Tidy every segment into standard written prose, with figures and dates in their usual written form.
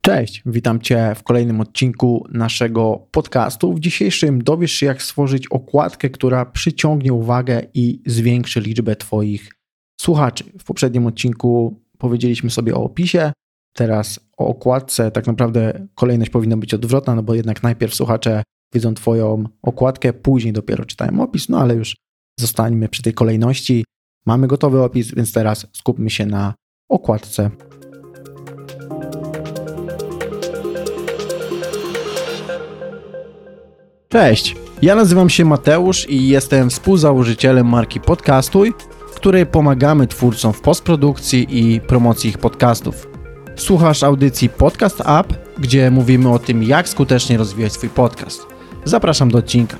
Cześć, witam Cię w kolejnym odcinku naszego podcastu. W dzisiejszym dowiesz się, jak stworzyć okładkę, która przyciągnie uwagę i zwiększy liczbę Twoich słuchaczy. W poprzednim odcinku powiedzieliśmy sobie o opisie, teraz o okładce. Tak naprawdę kolejność powinna być odwrotna, no bo jednak najpierw słuchacze widzą Twoją okładkę, później dopiero czytają opis, no ale już zostańmy przy tej kolejności. Mamy gotowy opis, więc teraz skupmy się na okładce. Cześć, ja nazywam się Mateusz i jestem współzałożycielem marki Podcastuj, w której pomagamy twórcom w postprodukcji i promocji ich podcastów. Słuchasz audycji Podcast Up, gdzie mówimy o tym, jak skutecznie rozwijać swój podcast. Zapraszam do odcinka.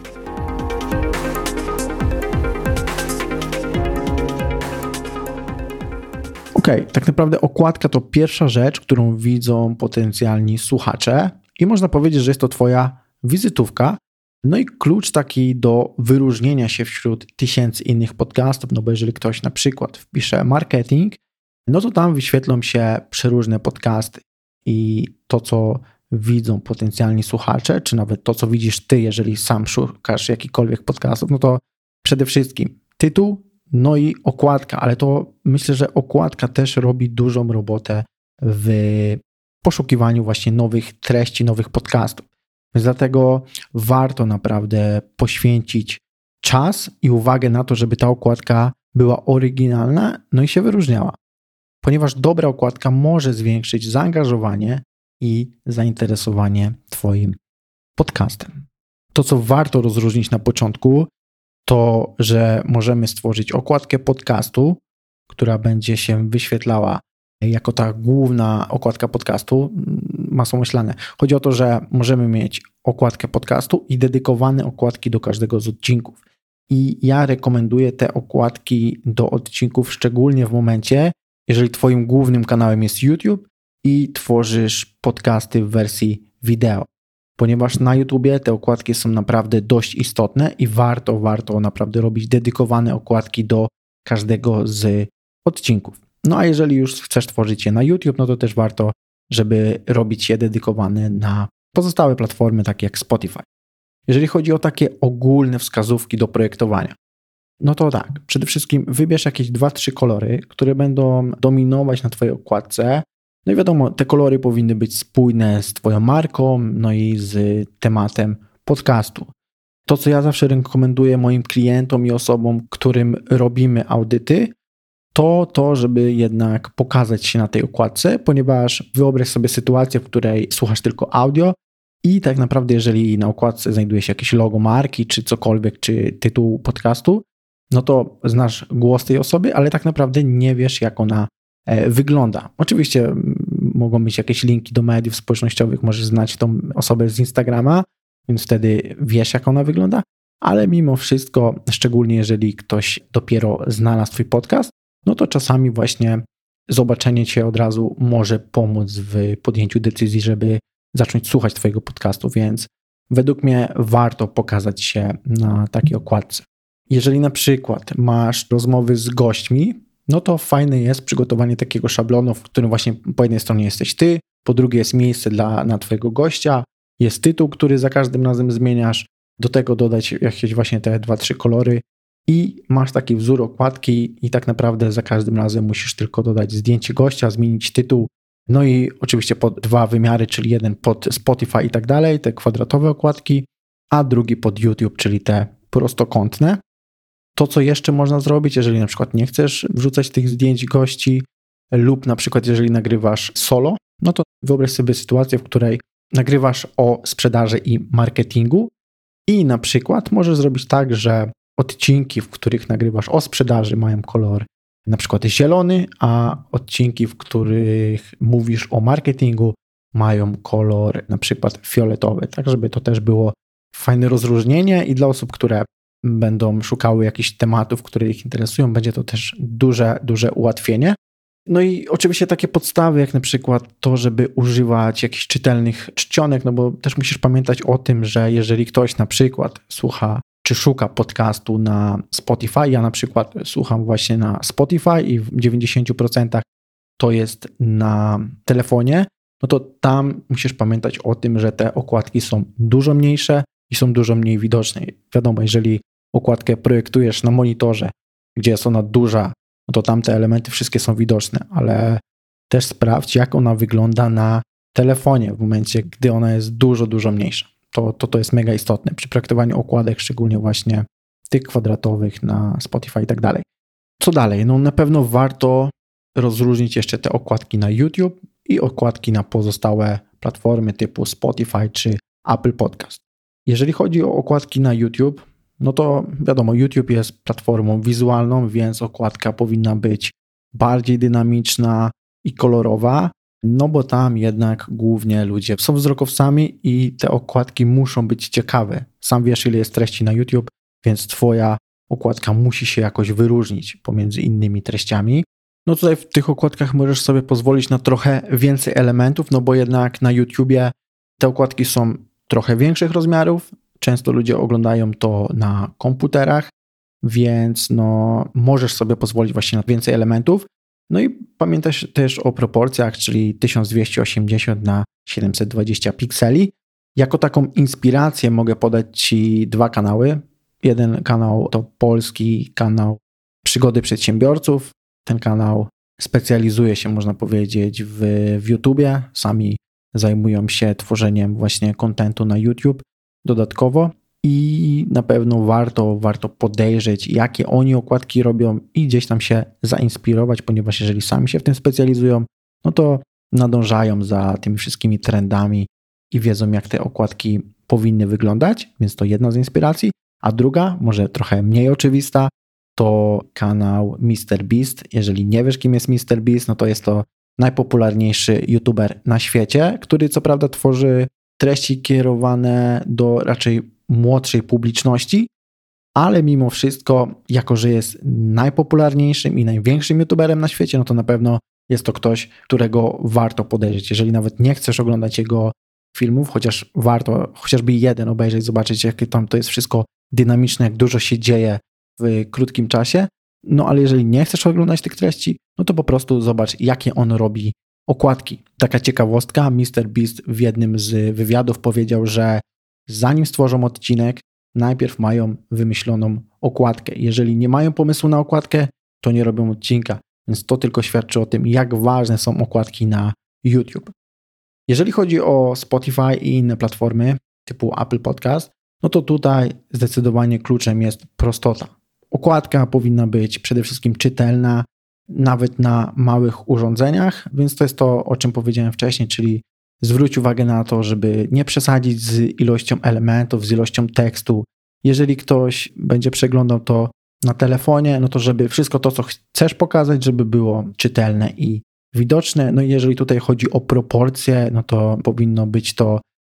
Tak naprawdę okładka to pierwsza rzecz, którą widzą potencjalni słuchacze i można powiedzieć, że jest to Twoja wizytówka, no i klucz taki do wyróżnienia się wśród tysięcy innych podcastów, no bo jeżeli ktoś na przykład wpisze marketing, no to tam wyświetlą się przeróżne podcasty i to, co widzą potencjalni słuchacze, czy nawet to, co widzisz Ty, jeżeli sam szukasz jakichkolwiek podcastów, no to przede wszystkim tytuł, no i okładka, ale to myślę, że okładka też robi dużą robotę w poszukiwaniu właśnie nowych treści, nowych podcastów. Więc dlatego warto naprawdę poświęcić czas i uwagę na to, żeby ta okładka była oryginalna, no i się wyróżniała. Ponieważ dobra okładka może zwiększyć zaangażowanie i zainteresowanie Twoim podcastem. To, co warto rozróżnić na początku, to, że możemy stworzyć okładkę podcastu, która będzie się wyświetlała jako ta główna okładka podcastu, masło myślane. Chodzi o to, że możemy mieć okładkę podcastu i dedykowane okładki do każdego z odcinków. I ja rekomenduję te okładki do odcinków szczególnie w momencie, jeżeli Twoim głównym kanałem jest YouTube i tworzysz podcasty w wersji wideo. Ponieważ na YouTubie te okładki są naprawdę dość istotne i warto naprawdę robić dedykowane okładki do każdego z odcinków. No a jeżeli już chcesz tworzyć je na YouTube, no to też warto, żeby robić je dedykowane na pozostałe platformy, takie jak Spotify. Jeżeli chodzi o takie ogólne wskazówki do projektowania, no to tak, przede wszystkim wybierz jakieś 2-3 kolory, które będą dominować na Twojej okładce. No i wiadomo, te kolory powinny być spójne z Twoją marką, no i z tematem podcastu. To, co ja zawsze rekomenduję moim klientom i osobom, którym robimy audyty, to, żeby jednak pokazać się na tej okładce, ponieważ wyobraź sobie sytuację, w której słuchasz tylko audio i tak naprawdę jeżeli na okładce znajduje się jakieś logo marki, czy cokolwiek, czy tytuł podcastu, no to znasz głos tej osoby, ale tak naprawdę nie wiesz, jak ona wygląda. Oczywiście mogą być jakieś linki do mediów społecznościowych, możesz znać tą osobę z Instagrama, więc wtedy wiesz, jak ona wygląda, ale mimo wszystko, szczególnie jeżeli ktoś dopiero znalazł Twój podcast, no to czasami właśnie zobaczenie Cię od razu może pomóc w podjęciu decyzji, żeby zacząć słuchać Twojego podcastu, więc według mnie warto pokazać się na takiej okładce. Jeżeli na przykład masz rozmowy z gośćmi, no to fajne jest przygotowanie takiego szablonu, w którym właśnie po jednej stronie jesteś Ty, po drugiej jest miejsce na Twojego gościa, jest tytuł, który za każdym razem zmieniasz, do tego dodać jakieś właśnie te 2-3 kolory i masz taki wzór okładki i tak naprawdę za każdym razem musisz tylko dodać zdjęcie gościa, zmienić tytuł, no i oczywiście pod 2 wymiary, czyli jeden pod Spotify i tak dalej, te kwadratowe okładki, a drugi pod YouTube, czyli te prostokątne. To, co jeszcze można zrobić, jeżeli na przykład nie chcesz wrzucać tych zdjęć gości lub na przykład jeżeli nagrywasz solo, no to wyobraź sobie sytuację, w której nagrywasz o sprzedaży i marketingu i na przykład możesz zrobić tak, że odcinki, w których nagrywasz o sprzedaży, mają kolor na przykład zielony, a odcinki, w których mówisz o marketingu, mają kolor na przykład fioletowy, tak żeby to też było fajne rozróżnienie i dla osób, które będą szukały jakichś tematów, które ich interesują, będzie to też duże ułatwienie. No i oczywiście takie podstawy, jak na przykład to, żeby używać jakichś czytelnych czcionek, no bo też musisz pamiętać o tym, że jeżeli ktoś na przykład słucha czy szuka podcastu na Spotify, ja na przykład słucham właśnie na Spotify i w 90% to jest na telefonie, no to tam musisz pamiętać o tym, że te okładki są dużo mniejsze i są dużo mniej widoczne. Wiadomo, jeżeli okładkę projektujesz na monitorze, gdzie jest ona duża, no to tam te elementy wszystkie są widoczne, ale też sprawdź, jak ona wygląda na telefonie w momencie, gdy ona jest dużo, dużo mniejsza. To jest mega istotne przy projektowaniu okładek, szczególnie właśnie tych kwadratowych na Spotify i tak dalej. Co dalej? No na pewno warto rozróżnić jeszcze te okładki na YouTube i okładki na pozostałe platformy typu Spotify czy Apple Podcast. Jeżeli chodzi o okładki na YouTube, no to wiadomo, YouTube jest platformą wizualną, więc okładka powinna być bardziej dynamiczna i kolorowa, no bo tam jednak głównie ludzie są wzrokowcami i te okładki muszą być ciekawe. Sam wiesz, ile jest treści na YouTube, więc twoja okładka musi się jakoś wyróżnić pomiędzy innymi treściami. No tutaj w tych okładkach możesz sobie pozwolić na trochę więcej elementów, no bo jednak na YouTubie te okładki są trochę większych rozmiarów. Często ludzie oglądają to na komputerach, więc no możesz sobie pozwolić właśnie na więcej elementów. No i pamiętaj też o proporcjach, czyli 1280 na 720 pikseli. Jako taką inspirację mogę podać Ci dwa kanały. Jeden kanał to polski kanał Przygody Przedsiębiorców. Ten kanał specjalizuje się, można powiedzieć, w YouTubie. Sami zajmują się tworzeniem właśnie kontentu na YouTube dodatkowo i na pewno warto podejrzeć, jakie oni okładki robią i gdzieś tam się zainspirować, ponieważ jeżeli sami się w tym specjalizują, no to nadążają za tymi wszystkimi trendami i wiedzą, jak te okładki powinny wyglądać, więc to jedna z inspiracji, a druga, może trochę mniej oczywista, to kanał MrBeast. Jeżeli nie wiesz, kim jest MrBeast, no to jest to najpopularniejszy youtuber na świecie, który co prawda tworzy treści kierowane do raczej młodszej publiczności, ale mimo wszystko, jako że jest najpopularniejszym i największym youtuberem na świecie, no to na pewno jest to ktoś, którego warto podejrzeć. Jeżeli nawet nie chcesz oglądać jego filmów, chociaż warto chociażby jeden obejrzeć, zobaczyć, jakie tam to jest wszystko dynamiczne, jak dużo się dzieje w krótkim czasie, no ale jeżeli nie chcesz oglądać tych treści, no to po prostu zobacz, jakie on robi okładki. Taka ciekawostka, MrBeast w jednym z wywiadów powiedział, że zanim stworzą odcinek, najpierw mają wymyśloną okładkę. Jeżeli nie mają pomysłu na okładkę, to nie robią odcinka. Więc to tylko świadczy o tym, jak ważne są okładki na YouTube. Jeżeli chodzi o Spotify i inne platformy typu Apple Podcast, no to tutaj zdecydowanie kluczem jest prostota. Okładka powinna być przede wszystkim czytelna, nawet na małych urządzeniach, więc to jest to, o czym powiedziałem wcześniej, czyli zwróć uwagę na to, żeby nie przesadzić z ilością elementów, z ilością tekstu. Jeżeli ktoś będzie przeglądał to na telefonie, no to żeby wszystko to, co chcesz pokazać, żeby było czytelne i widoczne. No i jeżeli tutaj chodzi o proporcje, no to powinno być to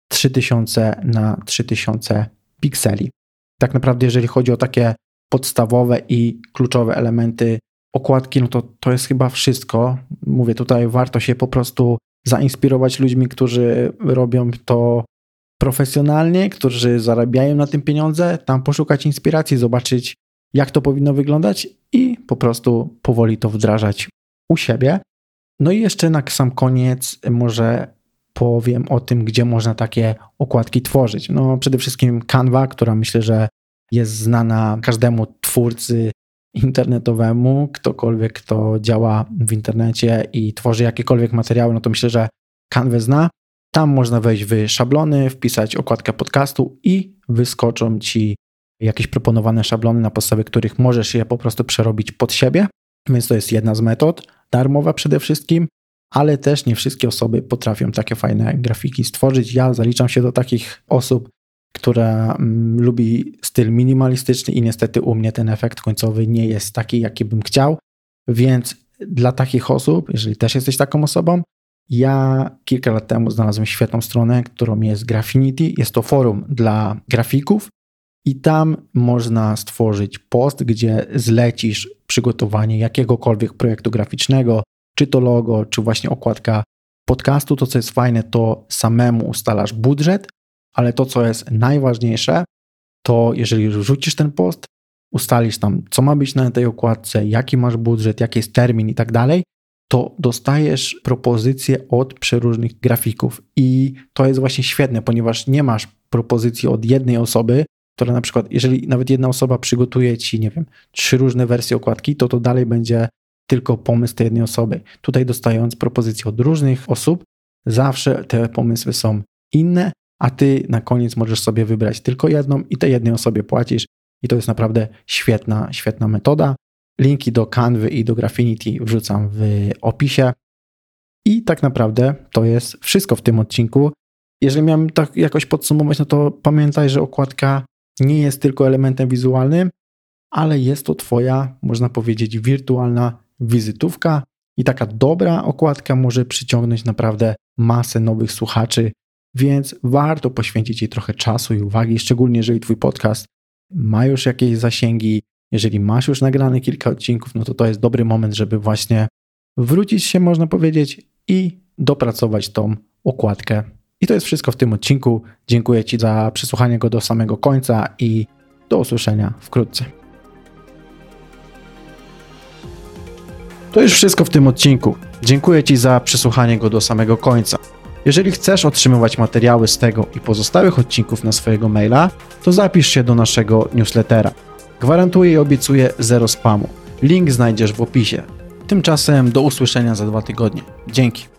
3000 na 3000 pikseli. Tak naprawdę, jeżeli chodzi o takie podstawowe i kluczowe elementy okładki, no to jest chyba wszystko. Mówię, tutaj warto się po prostu zainspirować ludźmi, którzy robią to profesjonalnie, którzy zarabiają na tym pieniądze, tam poszukać inspiracji, zobaczyć, jak to powinno wyglądać i po prostu powoli to wdrażać u siebie. No i jeszcze na sam koniec może powiem o tym, gdzie można takie okładki tworzyć. No przede wszystkim Canva, która myślę, że jest znana każdemu twórcy internetowemu, ktokolwiek, kto działa w internecie i tworzy jakiekolwiek materiały, no to myślę, że Canva zna. Tam można wejść w szablony, wpisać okładkę podcastu i wyskoczą Ci jakieś proponowane szablony, na podstawie których możesz je po prostu przerobić pod siebie, więc to jest jedna z metod, darmowa przede wszystkim, ale też nie wszystkie osoby potrafią takie fajne grafiki stworzyć. Ja zaliczam się do takich osób, która lubi styl minimalistyczny i niestety u mnie ten efekt końcowy nie jest taki, jaki bym chciał, więc dla takich osób, jeżeli też jesteś taką osobą, ja kilka lat temu znalazłem świetną stronę, którą jest Graffinity. Jest to forum dla grafików i tam można stworzyć post, gdzie zlecisz przygotowanie jakiegokolwiek projektu graficznego, czy to logo, czy właśnie okładka podcastu. To, co jest fajne, to samemu ustalasz budżet, ale to, co jest najważniejsze, to jeżeli rzucisz ten post, ustalisz tam, co ma być na tej okładce, jaki masz budżet, jaki jest termin i tak dalej, to dostajesz propozycje od przeróżnych grafików i to jest właśnie świetne, ponieważ nie masz propozycji od jednej osoby, która na przykład, jeżeli nawet jedna osoba przygotuje ci, nie wiem, 3 różne wersje okładki, to dalej będzie tylko pomysł tej jednej osoby. Tutaj dostając propozycje od różnych osób, zawsze te pomysły są inne, a ty na koniec możesz sobie wybrać tylko jedną i tej jednej osobie płacisz i to jest naprawdę świetna metoda. Linki do Canvy i do Graphinity wrzucam w opisie. I tak naprawdę to jest wszystko w tym odcinku. Jeżeli miałem tak jakoś podsumować, no to pamiętaj, że okładka nie jest tylko elementem wizualnym, ale jest to twoja, można powiedzieć, wirtualna wizytówka i taka dobra okładka może przyciągnąć naprawdę masę nowych słuchaczy, więc warto poświęcić jej trochę czasu i uwagi, szczególnie jeżeli twój podcast ma już jakieś zasięgi, jeżeli masz już nagrane kilka odcinków, no to jest dobry moment, żeby właśnie wrócić się, można powiedzieć, i dopracować tą okładkę. I to jest wszystko w tym odcinku. Dziękuję Ci za przesłuchanie go do samego końca i do usłyszenia wkrótce. To już wszystko w tym odcinku. Dziękuję Ci za przesłuchanie go do samego końca. Jeżeli chcesz otrzymywać materiały z tego i pozostałych odcinków na swojego maila, to zapisz się do naszego newslettera. Gwarantuję i obiecuję 0 spamu. Link znajdziesz w opisie. Tymczasem do usłyszenia za 2 tygodnie. Dzięki.